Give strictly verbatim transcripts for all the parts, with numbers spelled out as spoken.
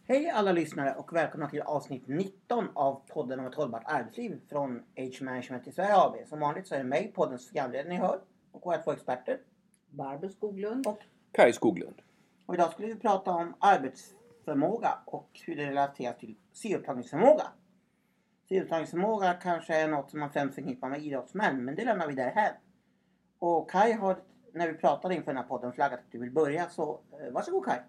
Hej alla lyssnare och välkomna till avsnitt nitton av podden om ett hållbart arbetsliv från Age Management i Sverige A B. Som vanligt så är det mig, poddens programledare ni hör, och våra två experter. Barbro Skoglund och Kaj Skoglund. Och idag skulle vi prata om arbetsförmåga och hur det relateras till syreupptagningsförmåga. Syreupptagningsförmåga kanske är något som man främst förknippar med idrottsmän, men det lämnar vi där här. Och Kaj har, när vi pratade inför den här podden, flaggat att du vill börja, så eh, varsågod Kaj.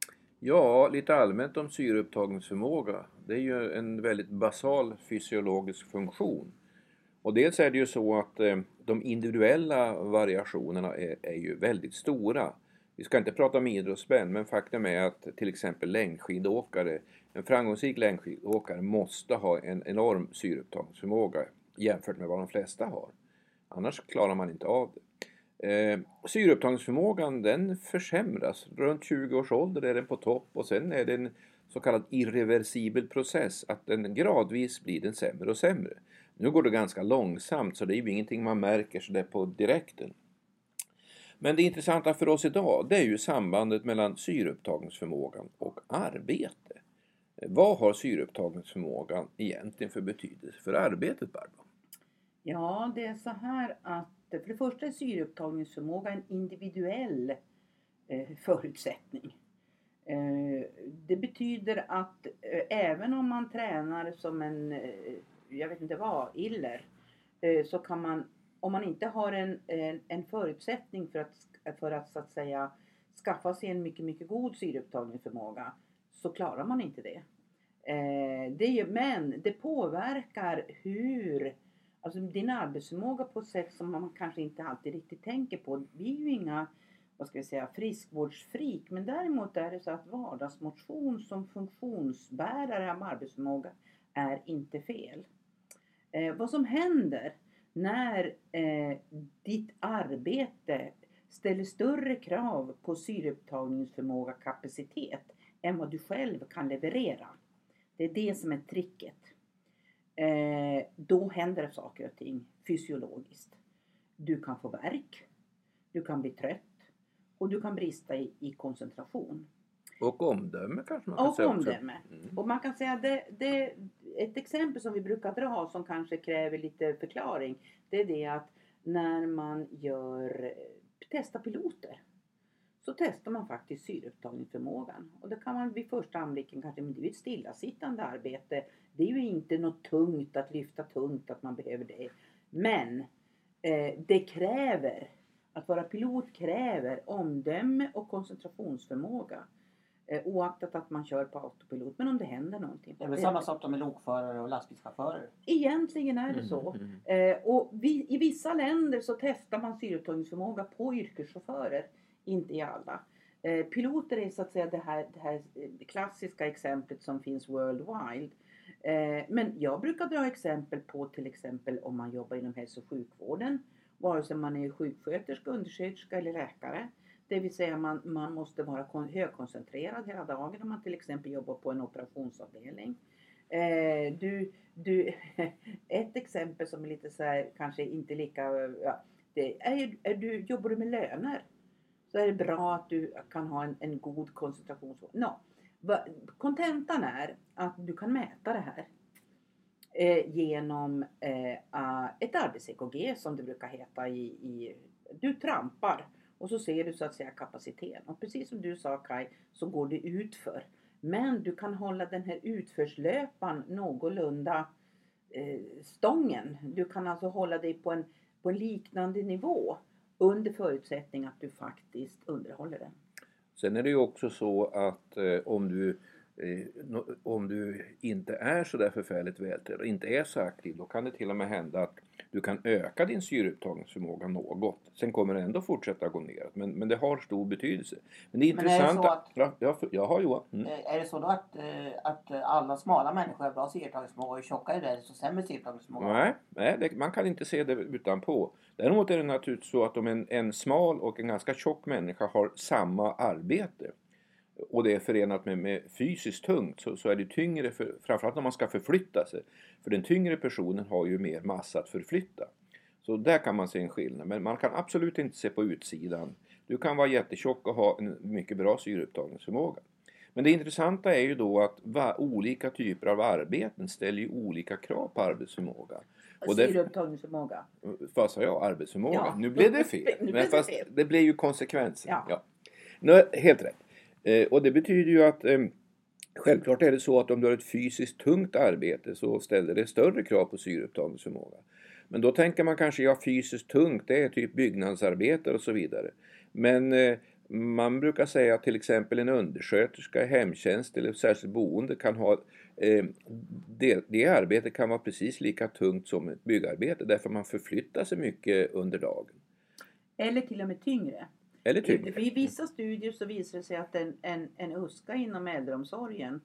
Ja, lite allmänt om syreupptagningsförmåga. Det är ju en väldigt basal fysiologisk funktion. Och dels är det ju så att eh, de individuella variationerna är, är ju väldigt stora. Vi ska inte prata om idrottsmän, men faktum är att till exempel längdskidåkare, en framgångsrik längdskidåkare måste ha en enorm syreupptagningsförmåga jämfört med vad de flesta har. Annars klarar man inte av det. Eh, syreupptagningsförmågan den försämras. Runt tjugo års ålder är den på topp och sen är det en så kallad irreversibel process att den gradvis blir den sämre och sämre. Nu går det ganska långsamt så det är ju ingenting man märker så det på direkten. Men det intressanta för oss idag det är ju sambandet mellan syreupptagningsförmågan och arbete. Vad har syreupptagningsförmågan egentligen för betydelse för arbetet, Barbro? Ja, det är så här att för det första är syreupptagningsförmåga en individuell eh, förutsättning. Eh, det betyder att eh, även om man tränar som en, eh, jag vet inte vad, iller, eh, så kan man, om man inte har en, en, en förutsättning för att, för att så att säga skaffa sig en mycket, mycket god syreupptagningsförmåga, så klarar man inte det. Eh, det men det påverkar hur Alltså din arbetsförmåga på ett sätt som man kanske inte alltid riktigt tänker på. Vi är ju inga, vad ska vi säga, friskvårdsfrik. Men däremot är det så att vardagsmotion som funktionsbärare av arbetsförmåga är inte fel. Eh, vad som händer när eh, ditt arbete ställer större krav på syreupptagningsförmåga kapacitet än vad du själv kan leverera. Det är det som är tricket. Eh, då händer det saker och ting fysiologiskt. Du kan få värk, du kan bli trött och du kan brista i, i koncentration. Och omdöme kanske man kan och säga omdöme. också. Mm. Och man kan säga det, det ett exempel som vi brukar dra som kanske kräver lite förklaring. Det är det att när man gör testar piloter så testar man faktiskt syreupptagningsförmågan. Och det kan man vid första anblicken kanske, men det är ju ett stillasittande arbete. Det är ju inte något tungt att lyfta tungt att man behöver det. Men eh, det kräver, att vara pilot kräver omdöme och koncentrationsförmåga. Eh, oaktat att man kör på autopilot. Men om det händer någonting. Det är väl samma sak med lokförare och lastbilschaufförer? Egentligen är det så. Mm, mm. Eh, och vi, i vissa länder så testar man syreupptagningsförmåga på yrkeschaufförer. Inte i alla. Eh, piloter är så att säga det här, det här klassiska exemplet som finns worldwide. Eh, men jag brukar dra exempel på till exempel om man jobbar inom hälso- och sjukvården. Vare sig man är sjuksköterska, undersköterska eller läkare. Det vill säga man, man måste vara kon- högkoncentrerad hela dagen om man till exempel jobbar på en operationsavdelning. Eh, du, du, ett exempel som är lite så här, kanske inte lika... Ja, det är, är du, jobbar du med löner? Så är det bra att du kan ha en, en god koncentration. No. Kontentan är att du kan mäta det här eh, genom eh, ett arbets-E K G som det brukar heta. I, i, du trampar och så ser du så att säga kapaciteten. Och precis som du sa Kaj så går det utför. Men du kan hålla den här utförslöpan någorlunda eh, stången. Du kan alltså hålla dig på en, på en liknande nivå. Under förutsättning att du faktiskt underhåller den. Sen är det ju också så att eh, om du eh, no, om du inte är så där förfärligt vältränad och inte är så aktiv, då kan det till och med hända att du kan öka din syreupptagningsförmåga något. Sen kommer det ändå fortsätta gå ner. Men, men det har stor betydelse. Men det är intressant. Men är det så att, ja, ja, jaha, Johan. Mm. Är det så då att, att alla smala människor har bra syreupptagningsförmåga och tjockare är det så sämre syreupptagningsförmåga? Nej, nej det, man kan inte se det utanpå. Däremot är det naturligtvis så att om en, en smal och en ganska tjock människa har samma arbete och det är förenat med, med fysiskt tungt så, så är det tyngre, för, framförallt när man ska förflytta sig. För den tyngre personen har ju mer massa att förflytta. Så där kan man se en skillnad. Men man kan absolut inte se på utsidan. Du kan vara jättetjock och ha en mycket bra syreupptagningsförmåga. Men det intressanta är ju då att va, olika typer av arbeten ställer ju olika krav på arbetsförmåga. Och syreupptagningsförmåga. Vad sa jag? Arbetsförmåga? Ja. Nu blev det fel. Nu blev Men det fast fel. det blev ju konsekvensen. Ja. Ja. Nu, helt rätt. Eh, och det betyder ju att eh, självklart är det så att om du har ett fysiskt tungt arbete så ställer det större krav på syreupptagningsförmåga. Men då tänker man kanske, ja, fysiskt tungt, det är typ byggnadsarbetare och så vidare. Men eh, man brukar säga att till exempel en undersköterska i hemtjänst eller särskilt boende kan ha eh, det, det arbetet kan vara precis lika tungt som ett byggarbete därför man förflyttar sig mycket under dagen. Eller till och med tyngre. Eller tyngre. I, I vissa studier så visar det sig att en, en, en uska inom äldreomsorgen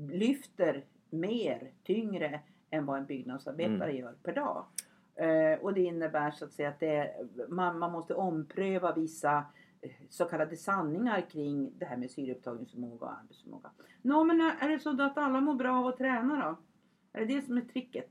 lyfter mer, tyngre än vad en byggnadsarbetare mm. gör per dag. Eh, och det innebär så att säga att det, man, man måste ompröva vissa så kallade sanningar kring det här med syreupptagningsförmåga och arbetsförmåga. Nå, men är det så att alla mår bra av att träna då? Är det det som är tricket?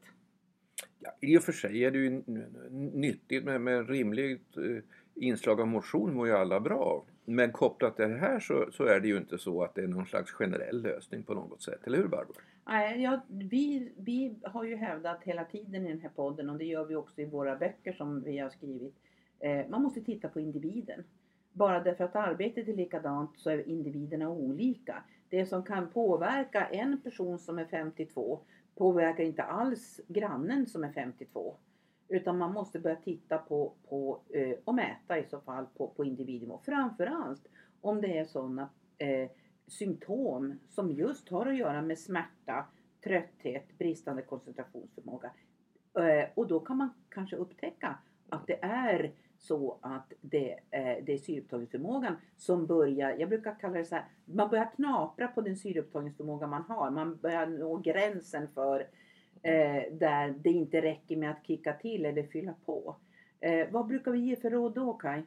Ja, i och för sig är det ju nyttigt med, med rimligt eh, inslag av motion mår ju alla bra. Men kopplat till det här så, så är det ju inte så att det är någon slags generell lösning på något sätt. Eller hur, Barbara? Nej, ja, vi, vi har ju hävdat hela tiden i den här podden, och det gör vi också i våra böcker som vi har skrivit. Eh, man måste titta på individen. Bara därför att arbetet är likadant så är individerna olika. Det som kan påverka en person som är femtiotvå påverkar inte alls grannen som är femtiotvå. Utan man måste börja titta på, på eh, och mäta i så fall på, på individnivå. Framförallt om det är sådana eh, symptom som just har att göra med smärta, trötthet, bristande koncentrationsförmåga. Eh, och då kan man kanske upptäcka att det är så att det, eh, det är syreupptagningsförmågan som börjar, jag brukar kalla det så här, man börjar knapra på den syreupptagningsförmåga man har. Man börjar nå gränsen för eh, där det inte räcker med att kicka till eller fylla på. Eh, vad brukar vi ge för råd då, Kai?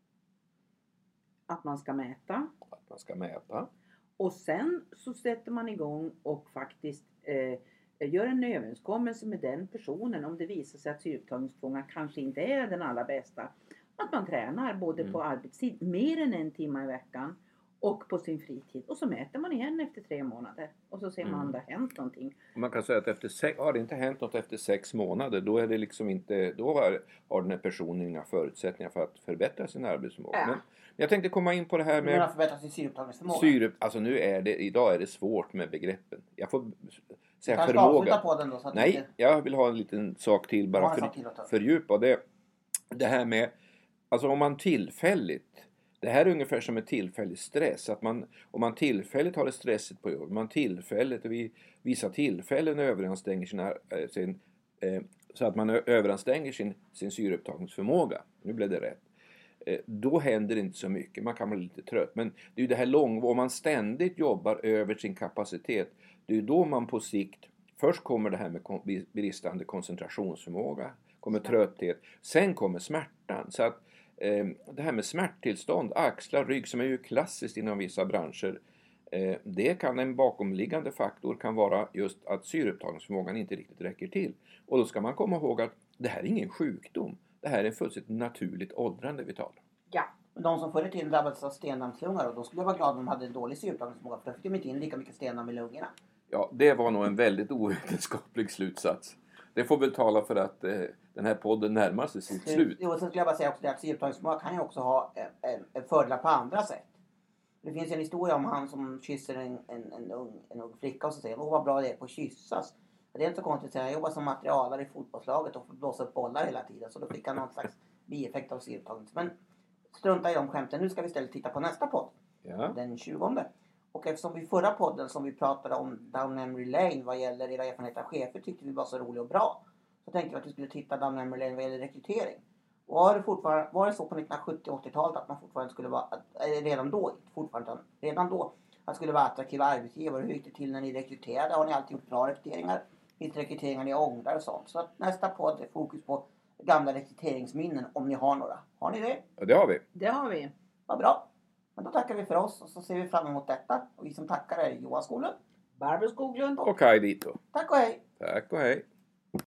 Att man ska mäta. Att man ska mäta. Och sen så sätter man igång och faktiskt eh, gör en överenskommelse med den personen om det visar sig att syreupptagningsförmågan kanske inte är den allra bästa. Att man tränar både mm. på arbetstid, mer än en timme i veckan, och på sin fritid. Och så mäter man igen efter tre månader. Och så ser man mm. om det har hänt någonting. Man kan säga att efter sex, har det inte hänt något efter sex månader, då är det liksom inte, då har, har den här personen inga förutsättningar för att förbättra sin arbetsförmåga. Ja. Men jag tänkte komma in på det här med... Men förbättra sin syreupptagningsförmåga. Syre, alltså nu är det, idag är det svårt med begreppen. Jag får säga kan förmåga. På den då, så att Nej, inte... jag vill ha en liten sak till bara för, till fördjupa det. Det här med, alltså om man tillfälligt, det här är ungefär som en tillfällig stress. Att man, om man tillfälligt har det stressigt på jobb, man tillfälligt och vid vissa tillfällen överanstänger sina, sin, eh, så att man överanstänger sin, sin syreupptagningsförmåga. Nu blev det rätt. Eh, då händer det inte så mycket. Man kan bli lite trött. Men det är ju det här lång, om man ständigt jobbar över sin kapacitet, det är ju då man på sikt, först kommer det här med bristande koncentrationsförmåga, kommer trötthet, sen kommer smärtan. Så att eh, det här med smärttillstånd, axlar, rygg, som är ju klassiskt inom vissa branscher, eh, det kan en bakomliggande faktor kan vara just att syreupptagningsförmågan inte riktigt räcker till. Och då ska man komma ihåg att det här är ingen sjukdom. Det här är en fullständigt naturligt åldrande vi talar. Ja, men de som förr i tiden drabbades av stendammslungar, och då skulle jag vara glad om de hade en dålig syreupptagningsförmåga, för då fick de inte in lika mycket stendamm i lungorna. Ja, det var nog en väldigt ovetenskaplig slutsats. Det får väl tala för att eh, den här podden närmar sig sitt slut. Jo, sen skulle jag bara säga också att syreupptagningsförmåga kan ju också ha en, en, en fördel på andra sätt. Det finns en historia om han som kysser en, en, en, ung, en ung flicka och så säger, åh vad bra det är på att kyssas. Det är inte så konstigt att säga, jag jobbar som materialare i fotbollslaget och får blåsa upp bollar hela tiden. Så då fick han någon slags bieffekt av syreupptagning. Men strunta i de skämten. Nu ska vi istället titta på nästa podd. Ja. Den tjugonde. Och eftersom vi förra podden som vi pratade om Down Memory Lane vad gäller era erfarenheter av chefer tyckte vi var så rolig och bra. Så tänkte vi att vi skulle titta Down Memory Lane vad gäller rekrytering. Och var det, fortfarande, var det så på nittonhundrasjuttio- och åttiotalet att man fortfarande skulle vara, äh, redan då, fortfarande, redan då, att skulle vara attraktiva arbetsgivare? Hur gick det till när ni rekryterade? Har ni alltid gjort bra rekryteringar? Finns det rekryteringar ni ångrar och sånt? Så att nästa podd är fokus på gamla rekryteringsminnen om ni har några. Har ni det? Ja, det har vi. Det har vi. Vad bra. Men då tackar vi för oss och så ser vi fram emot detta. Och vi som tackar är Johan Skoglund, Barbro Skoglund och Kaj Dito. Tack och hej. Tack och hej.